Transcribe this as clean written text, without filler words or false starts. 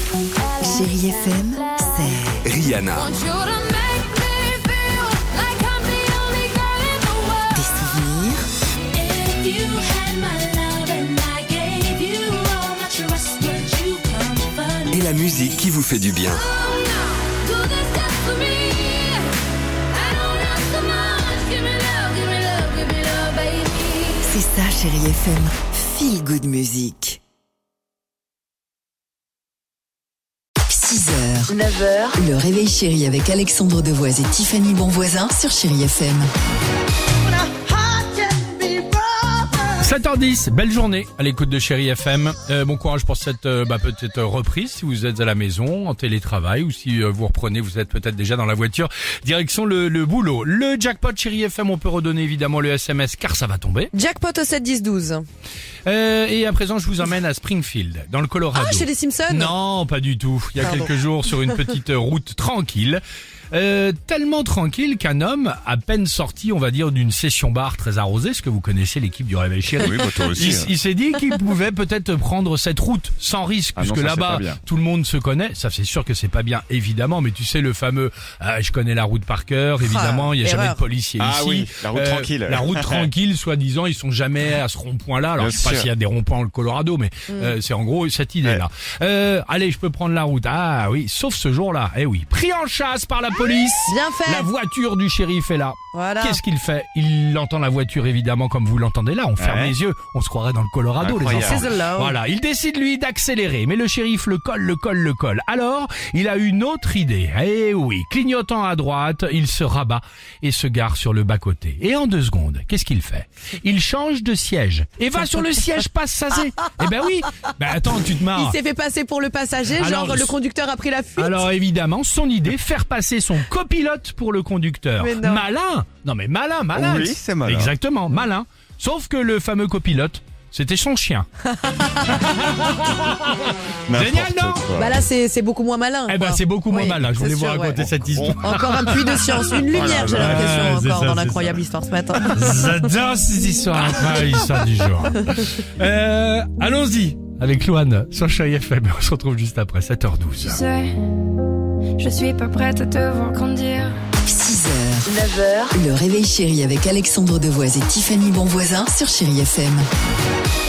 Chérie FM, c'est Rihanna. des souvenirs, Et la musique qui vous fait du bien. c'est ça Chérie FM, Feel Good Music. 6h, 9h, le réveil chéri avec Alexandre Devoise et Tiffany Bonvoisin sur Chérie FM. 7h10, belle journée à l'écoute de Chérie FM. Bon courage pour cette peut-être reprise si vous êtes à la maison, en télétravail, ou si vous reprenez, vous êtes peut-être déjà dans la voiture. Direction le boulot. Le jackpot Chérie FM, on peut redonner évidemment le SMS car ça va tomber. Jackpot au 7 10 12. Et à présent, je vous emmène à Springfield, dans le Colorado. Ah, chez les Simpsons. Non, pas du tout. Il y a quelques jours, sur une petite route tranquille. Tellement tranquille qu'un homme, à peine sorti, on va dire, d'une session bar très arrosée, ce que vous connaissez l'équipe du Réveil Chéri. Oui, toi aussi. Il s'est dit qu'il pouvait peut-être prendre cette route sans risque, Ah non, puisque ça, c'est là-bas, pas bien. tout le monde se connaît. Ça, c'est sûr que c'est pas bien, évidemment, mais tu sais, le fameux, je connais la route par cœur, évidemment, il y a jamais erreur. de policier Ah ici. oui, la route tranquille. La route tranquille, soi-disant, ils sont jamais à ce rond-point-là. Alors, Bien je sais pas sûr. s'il y a des ronds-points au Colorado, mais c'est en gros cette idée-là. Allez, je peux prendre la route. Ah oui, sauf ce jour-là. Eh oui, pris en chasse par la police. Bien fait. La voiture du shérif est là. Voilà. Qu'est-ce qu'il fait? Il entend la voiture évidemment comme vous l'entendez là. On ferme Ouais. les yeux. On se croirait dans le Colorado, Incroyable. les enfants. C'est là. Voilà. Il décide lui d'accélérer. Mais le shérif le colle. Alors, il a une autre idée. Eh oui. Clignotant à droite, il se rabat et se gare sur le bas-côté. Et en 2 secondes, qu'est-ce qu'il fait? Il change de siège et va sur le siège passager. Eh ben oui. Ben attends, tu te marres. Il s'est fait passer pour le passager, Alors, genre le conducteur a pris la fuite. Alors évidemment, son idée, faire passer son copilote pour le conducteur. Mais non. Malin. Non mais malin. Oui, c'est malin. Exactement, malin. Sauf que le fameux copilote, c'était son chien. Génial, non? Quoi. Bah là c'est beaucoup moins malin. Eh ben quoi. c'est beaucoup moins Oui, malin. Je voulais c'est vous sûr, raconter ouais. cette histoire. Encore un puits de science, une lumière j'ai l'impression c'est encore ça, dans c'est l'incroyable histoire ce matin. J'adore ces histoires, incroyables, histoire du jour. Allons-y avec Loane sur Chérie FM. On se retrouve juste après 7h12. Tu sais, je suis pas prête à te voir grandir. 6h, 9h, le réveil chéri avec Alexandre Devoise et Tiffany Bonvoisin sur Chérie FM.